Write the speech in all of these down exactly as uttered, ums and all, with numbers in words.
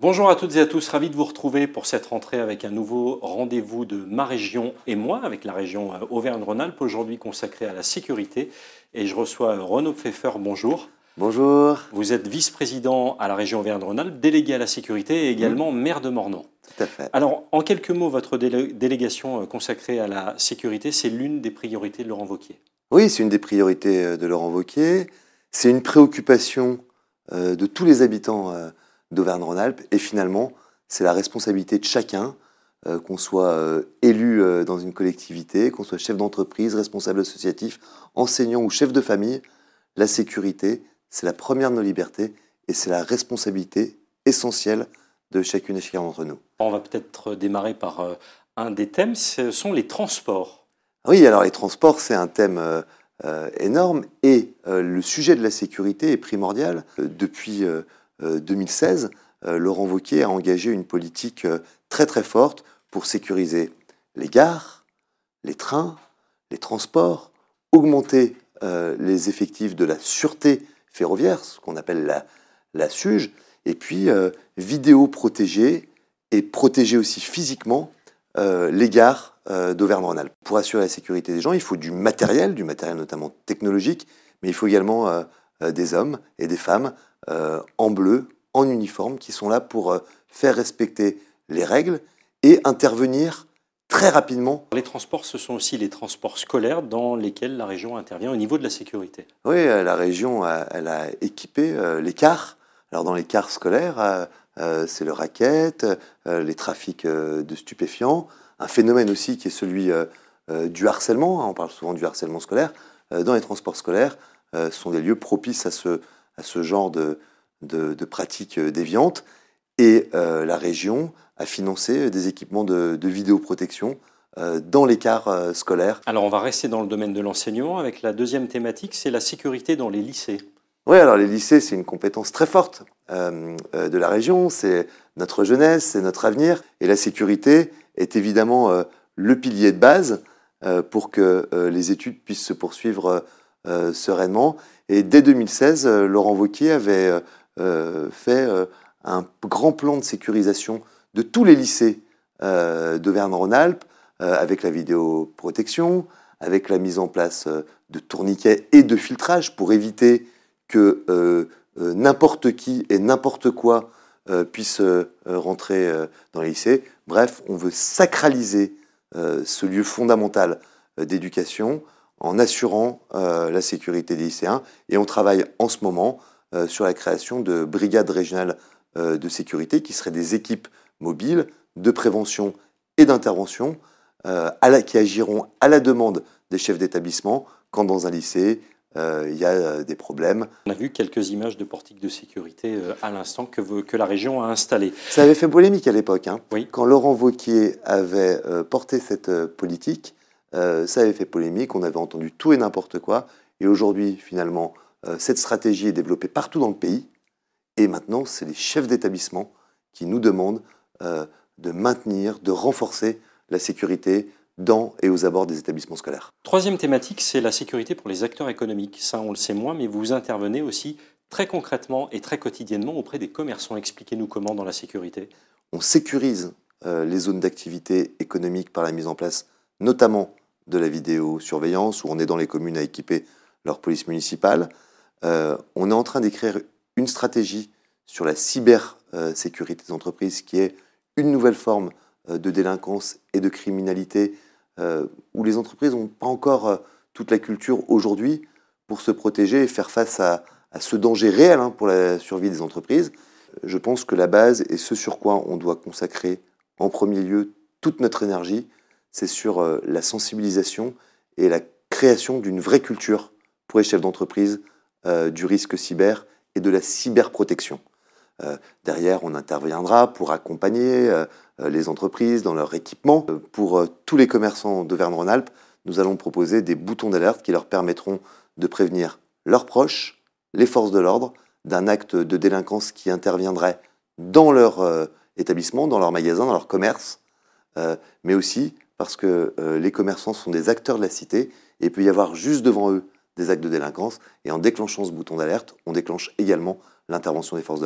Bonjour à toutes et à tous, ravi de vous retrouver pour cette rentrée avec un nouveau rendez-vous de Ma Région et moi, avec la région Auvergne-Rhône-Alpes, aujourd'hui consacrée à la sécurité. Et je reçois Renaud Pfeffer, bonjour. Bonjour. Vous êtes vice-président à la région Auvergne-Rhône-Alpes, délégué à la sécurité et également mmh. maire de Mornan. Tout à fait. Alors, en quelques mots, votre délé délégation consacrée à la sécurité, c'est l'une des priorités de Laurent Wauquiez. Oui, c'est une des priorités de Laurent Wauquiez. C'est une préoccupation euh, de tous les habitants euh, d'Auvergne-Rhône-Alpes. Et finalement, c'est la responsabilité de chacun, euh, qu'on soit euh, élu euh, dans une collectivité, qu'on soit chef d'entreprise, responsable associatif, enseignant ou chef de famille. La sécurité, c'est la première de nos libertés et c'est la responsabilité essentielle de chacune et chacun d'entre nous. On va peut-être démarrer par euh, un des thèmes, ce sont les transports. Oui, alors les transports, c'est un thème euh, euh, énorme et euh, le sujet de la sécurité est primordial. Euh, depuis euh, deux mille seize, euh, Laurent Wauquiez a engagé une politique euh, très très forte pour sécuriser les gares, les trains, les transports, augmenter euh, les effectifs de la sûreté ferroviaire, ce qu'on appelle la, la SUGE, et puis euh, vidéo protéger et protéger aussi physiquement euh, les gares euh, d'Auvergne-Rhône-Alpes. Pour assurer la sécurité des gens, il faut du matériel, du matériel notamment technologique, mais il faut également euh, euh, des hommes et des femmes euh, en bleu, en uniforme, qui sont là pour euh, faire respecter les règles et intervenir très rapidement. Les transports, ce sont aussi les transports scolaires dans lesquels la région intervient au niveau de la sécurité. Oui, la région, a, elle a équipé euh, les cars. Alors dans les cars scolaires, euh, euh, c'est le racket, euh, les trafics euh, de stupéfiants, un phénomène aussi qui est celui euh, euh, du harcèlement, hein, on parle souvent du harcèlement scolaire. Euh, dans les transports scolaires, euh, ce sont des lieux propices à ce, à ce genre de, de, de pratiques déviantes. Et euh, la région a financé des équipements de, de vidéoprotection euh, dans les cars euh, scolaires. Alors on va rester dans le domaine de l'enseignement avec la deuxième thématique, c'est la sécurité dans les lycées. Oui, alors les lycées, c'est une compétence très forte euh, euh, de la région, c'est notre jeunesse, c'est notre avenir. Et la sécurité est évidemment euh, le pilier de base euh, pour que euh, les études puissent se poursuivre euh, sereinement. Et dès deux mille seize, euh, Laurent Wauquiez avait euh, fait euh, un grand plan de sécurisation de tous les lycées euh, d'Auvergne-Rhône-Alpes, euh, avec la vidéoprotection, avec la mise en place euh, de tourniquets et de filtrage pour éviter que euh, euh, n'importe qui et n'importe quoi euh, puisse euh, rentrer euh, dans les lycées. Bref, on veut sacraliser euh, ce lieu fondamental euh, d'éducation en assurant euh, la sécurité des lycéens. Et on travaille en ce moment euh, sur la création de brigades régionales euh, de sécurité qui seraient des équipes mobiles de prévention et d'intervention euh, qui agiront à la demande des chefs d'établissement quand dans un lycée, Euh, il y a euh, des problèmes. On a vu quelques images de portiques de sécurité euh, à l'instant que, que la région a installées. Ça avait fait polémique à l'époque. Hein. Oui. Quand Laurent Wauquiez avait euh, porté cette euh, politique, euh, ça avait fait polémique, on avait entendu tout et n'importe quoi. Et aujourd'hui, finalement, euh, cette stratégie est développée partout dans le pays. Et maintenant, c'est les chefs d'établissement qui nous demandent euh, de maintenir, de renforcer la sécurité dans et aux abords des établissements scolaires. Troisième thématique, c'est la sécurité pour les acteurs économiques. Ça, on le sait moins, mais vous intervenez aussi très concrètement et très quotidiennement auprès des commerçants. Expliquez-nous comment dans la sécurité. On sécurise euh, les zones d'activité économique par la mise en place notamment de la vidéosurveillance, où on est dans les communes à équiper leur police municipale. Euh, on est en train d'écrire une stratégie sur la cybersécurité des entreprises, qui est une nouvelle forme euh, de délinquance et de criminalité, Euh, où les entreprises n'ont pas encore euh, toute la culture aujourd'hui pour se protéger et faire face à, à ce danger réel hein, pour la survie des entreprises. Je pense que la base et ce sur quoi on doit consacrer en premier lieu toute notre énergie, c'est sur euh, la sensibilisation et la création d'une vraie culture pour les chefs d'entreprise euh, du risque cyber et de la cyberprotection. Euh, derrière, on interviendra pour accompagner euh, les entreprises dans leur équipement. Euh, pour euh, tous les commerçants d'Auvergne-Rhône-Alpes, nous allons proposer des boutons d'alerte qui leur permettront de prévenir leurs proches, les forces de l'ordre, d'un acte de délinquance qui interviendrait dans leur euh, établissement, dans leur magasin, dans leur commerce, euh, mais aussi parce que euh, les commerçants sont des acteurs de la cité et il peut y avoir juste devant eux des actes de délinquance. Et en déclenchant ce bouton d'alerte, on déclenche également l'intervention des forces de l'ordre.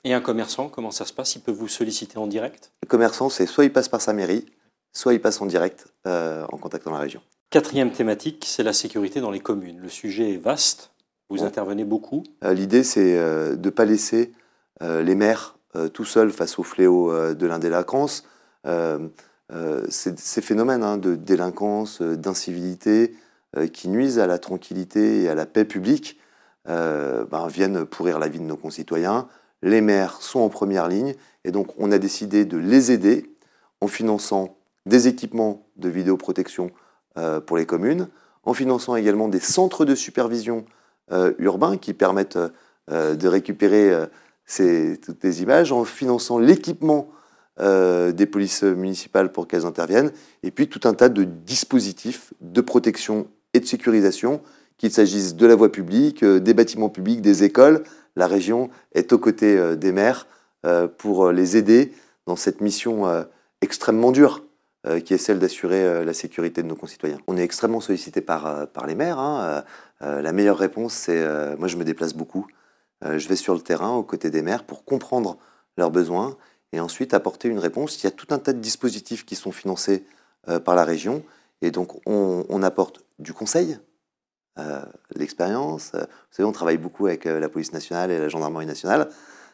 Et un commerçant, comment ça se passe? Il peut vous solliciter en direct? Le commerçant, c'est soit il passe par sa mairie, soit il passe en direct euh, en contactant la région. Quatrième thématique, c'est la sécurité dans les communes. Le sujet est vaste, vous Bon. intervenez beaucoup. Euh, L'idée, c'est euh, de ne pas laisser euh, les maires euh, tout seuls face au fléau euh, de l'indélinquance. Euh, euh, ces phénomènes hein, de délinquance, euh, d'incivilité, euh, qui nuisent à la tranquillité et à la paix publique, euh, ben, viennent pourrir la vie de nos concitoyens. Les maires sont en première ligne et donc on a décidé de les aider en finançant des équipements de vidéoprotection euh, pour les communes, en finançant également des centres de supervision euh, urbains qui permettent euh, de récupérer euh, ces, toutes les images, en finançant l'équipement euh, des polices municipales pour qu'elles interviennent, et puis tout un tas de dispositifs de protection et de sécurisation, qu'il s'agisse de la voie publique, euh, des bâtiments publics, des écoles. La région est aux côtés euh, des maires euh, pour les aider dans cette mission euh, extrêmement dure, euh, qui est celle d'assurer euh, la sécurité de nos concitoyens. On est extrêmement sollicité par, euh, par les maires. Hein. Euh, la meilleure réponse, c'est... Euh, moi, je me déplace beaucoup. Euh, je vais sur le terrain, aux côtés des maires, pour comprendre leurs besoins et ensuite apporter une réponse. Il y a tout un tas de dispositifs qui sont financés euh, par la région. Et donc, on, on apporte du conseil, euh, l'expérience. Vous savez, on travaille beaucoup avec euh, la police nationale et la gendarmerie nationale.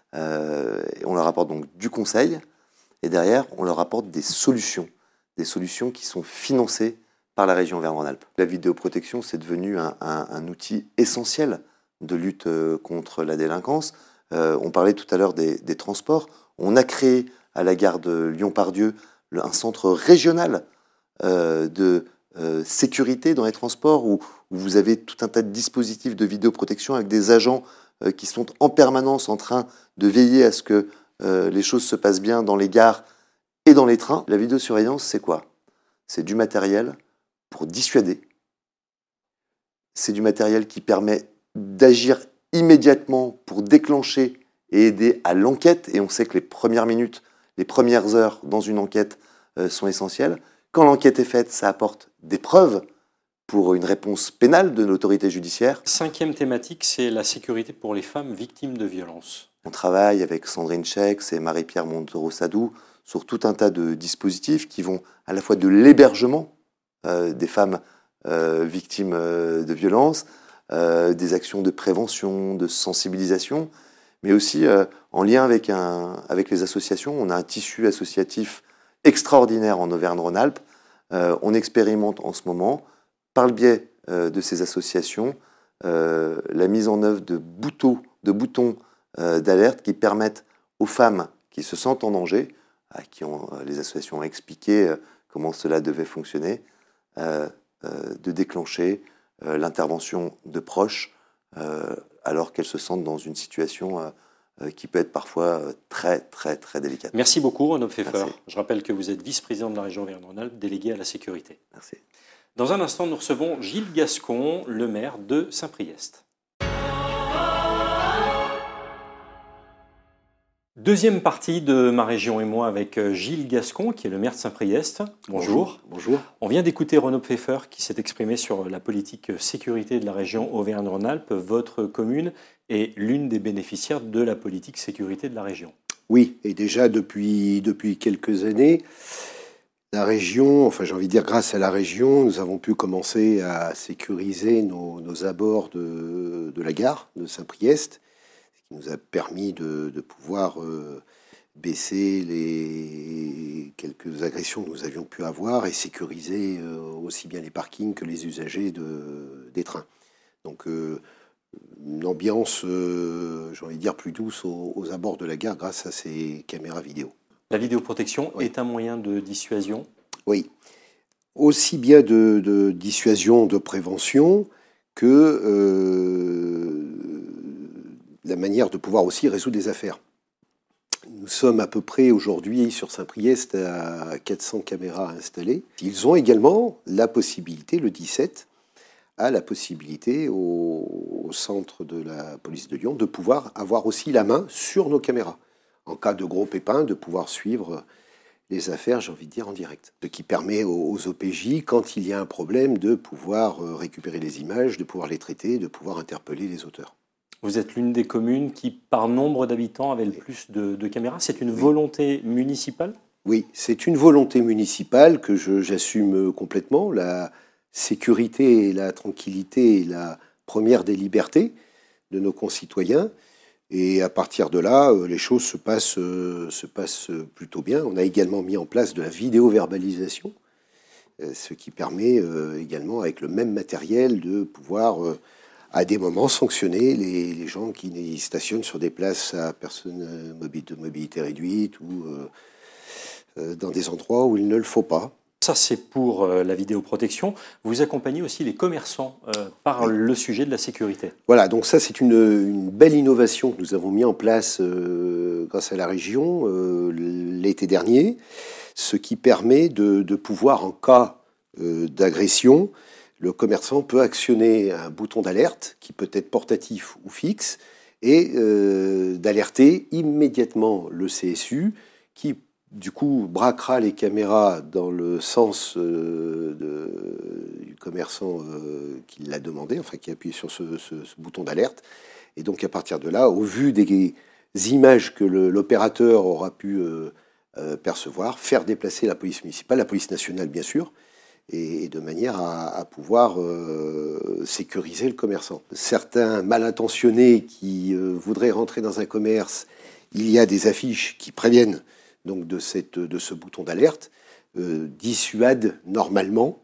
Euh, et on leur apporte donc du conseil. Et derrière, on leur apporte des solutions, des solutions qui sont financées par la région Auvergne-Rhône-Alpes. La vidéoprotection, c'est devenu un, un, un outil essentiel de lutte contre la délinquance. Euh, on parlait tout à l'heure des, des transports. On a créé à la gare de Lyon-Part-Dieu un centre régional euh, de euh, sécurité dans les transports où, où vous avez tout un tas de dispositifs de vidéoprotection avec des agents euh, qui sont en permanence en train de veiller à ce que euh, les choses se passent bien dans les gares et dans les trains. La vidéosurveillance, c'est quoi? C'est du matériel pour dissuader. C'est du matériel qui permet d'agir immédiatement pour déclencher et aider à l'enquête. Et on sait que les premières minutes, les premières heures dans une enquête euh, sont essentielles. Quand l'enquête est faite, ça apporte des preuves pour une réponse pénale de l'autorité judiciaire. Cinquième thématique, c'est la sécurité pour les femmes victimes de violences. On travaille avec Sandrine Chex et Marie-Pierre Montero-Sadou sur tout un tas de dispositifs qui vont à la fois de l'hébergement euh, des femmes euh, victimes euh, de violences, euh, des actions de prévention, de sensibilisation, mais aussi euh, en lien avec, un, avec les associations. On a un tissu associatif extraordinaire en Auvergne-Rhône-Alpes. Euh, on expérimente en ce moment, par le biais euh, de ces associations, euh, la mise en œuvre de boutons, de boutons euh, d'alerte qui permettent aux femmes qui se sentent en danger, à qui ont, euh, les associations ont expliqué euh, comment cela devait fonctionner, euh, euh, de déclencher euh, l'intervention de proches euh, alors qu'elles se sentent dans une situation euh, euh, qui peut être parfois euh, très, très, très délicate. Merci beaucoup, Renaud Pfeffer. Merci. Je rappelle que vous êtes vice-président de la région Auvergne-Rhône-Alpes, délégué à la sécurité. Merci. Dans un instant, nous recevons Gilles Gascon, le maire de Saint-Priest. Deuxième partie de Ma Région et moi avec Gilles Gascon, qui est le maire de Saint-Priest. Bonjour. Bonjour. On vient d'écouter Renaud Pfeffer qui s'est exprimé sur la politique sécurité de la région Auvergne-Rhône-Alpes. Votre commune est l'une des bénéficiaires de la politique sécurité de la région. Oui, et déjà depuis, depuis quelques années, la région, enfin j'ai envie de dire grâce à la région, nous avons pu commencer à sécuriser nos, nos abords de, de la gare de Saint-Priest, ce qui nous a permis de, de pouvoir euh, baisser les quelques agressions que nous avions pu avoir et sécuriser euh, aussi bien les parkings que les usagers de, des trains. Donc euh, une ambiance, euh, j'ai envie de dire, plus douce aux, aux abords de la gare grâce à ces caméras vidéo. La vidéoprotection Oui. est un moyen de dissuasion. Oui, aussi bien de, de dissuasion, de prévention, que euh, la manière de pouvoir aussi résoudre des affaires. Nous sommes à peu près aujourd'hui sur Saint-Priest à quatre cents caméras installées. Ils ont également la possibilité, le dix-sept, a la possibilité au, au centre de la police de Lyon de pouvoir avoir aussi la main sur nos caméras. En cas de gros pépins, de pouvoir suivre les affaires, j'ai envie de dire, en direct. Ce qui permet aux, aux O P J, quand il y a un problème, de pouvoir récupérer les images, de pouvoir les traiter, de pouvoir interpeller les auteurs. Vous êtes l'une des communes qui, par nombre d'habitants, avait le plus de, de caméras. C'est une volonté municipale ? Oui, c'est une volonté municipale que je, j'assume complètement. La sécurité et la tranquillité est la première des libertés de nos concitoyens. Et à partir de là, les choses se passent, se passent plutôt bien. On a également mis en place de la vidéo-verbalisation, ce qui permet également, avec le même matériel, de pouvoir, à des moments, sanctionner les, les gens qui stationnent sur des places à personnes de mobilité réduite ou dans des endroits où il ne le faut pas. Ça, c'est pour euh, la vidéoprotection. Vous accompagnez aussi les commerçants euh, par oui. le sujet de la sécurité. Voilà, donc ça, c'est une, une belle innovation que nous avons mis en place euh, grâce à la région euh, l'été dernier, ce qui permet de, de pouvoir, en cas euh, d'agression, le commerçant peut actionner un bouton d'alerte qui peut être portatif ou fixe et euh, d'alerter immédiatement le C S U qui du coup, braquera les caméras dans le sens euh, de, du commerçant euh, qui l'a demandé, enfin qui appuie sur ce, ce, ce bouton d'alerte. Et donc, à partir de là, au vu des images que le, l'opérateur aura pu euh, euh, percevoir, faire déplacer la police municipale, la police nationale, bien sûr, et, et de manière à, à pouvoir euh, sécuriser le commerçant. Certains mal intentionnés qui euh, voudraient rentrer dans un commerce, il y a des affiches qui préviennent donc de, cette, de ce bouton d'alerte, euh, dissuade normalement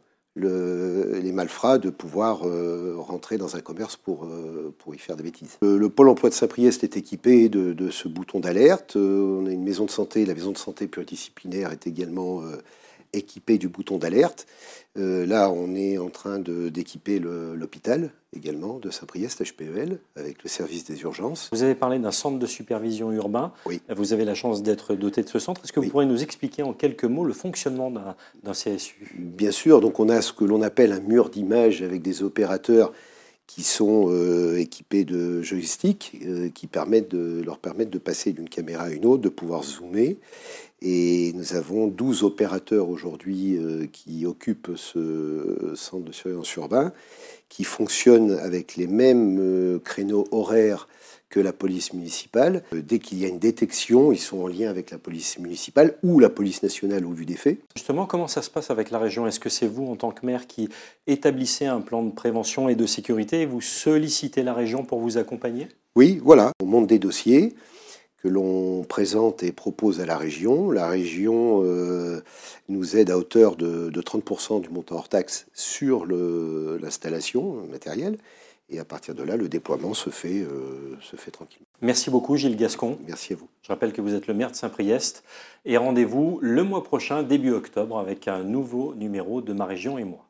le, les malfrats de pouvoir euh, rentrer dans un commerce pour, euh, pour y faire des bêtises. Le, le pôle emploi de Saint-Priest est équipé de, de ce bouton d'alerte. Euh, on a une maison de santé, la maison de santé pluridisciplinaire est également euh, équipée du bouton d'alerte. Euh, là, on est en train de, d'équiper le, l'hôpital également de Saint-Priest, H P E L, avec le service des urgences. Vous avez parlé d'un centre de supervision urbain. Oui. Vous avez la chance d'être doté de ce centre. Est-ce que oui. vous pourriez nous expliquer en quelques mots le fonctionnement d'un, d'un C S U ? Bien sûr. Donc, on a ce que l'on appelle un mur d'images avec des opérateurs qui sont euh, équipés de joysticks euh, qui permettent de, leur permettent de passer d'une caméra à une autre, de pouvoir zoomer. Et nous avons douze opérateurs aujourd'hui euh, qui occupent ce centre de surveillance urbain, qui fonctionnent avec les mêmes euh, créneaux horaires que la police municipale. Euh, dès qu'il y a une détection, ils sont en lien avec la police municipale ou la police nationale au vu des faits. Justement, comment ça se passe avec la région ? Est-ce que c'est vous, en tant que maire, qui établissez un plan de prévention et de sécurité et vous sollicitez la région pour vous accompagner ? Oui, voilà. On monte des dossiers que l'on présente et propose à la région. La région euh, nous aide à hauteur de, de trente pour cent du montant hors taxe sur le, l'installation matérielle. Et à partir de là, le déploiement se fait, euh, se fait tranquillement. Merci beaucoup, Gilles Gascon. Merci à vous. Je rappelle que vous êtes le maire de Saint-Priest. Et rendez-vous le mois prochain, début octobre, avec un nouveau numéro de Ma Région et moi.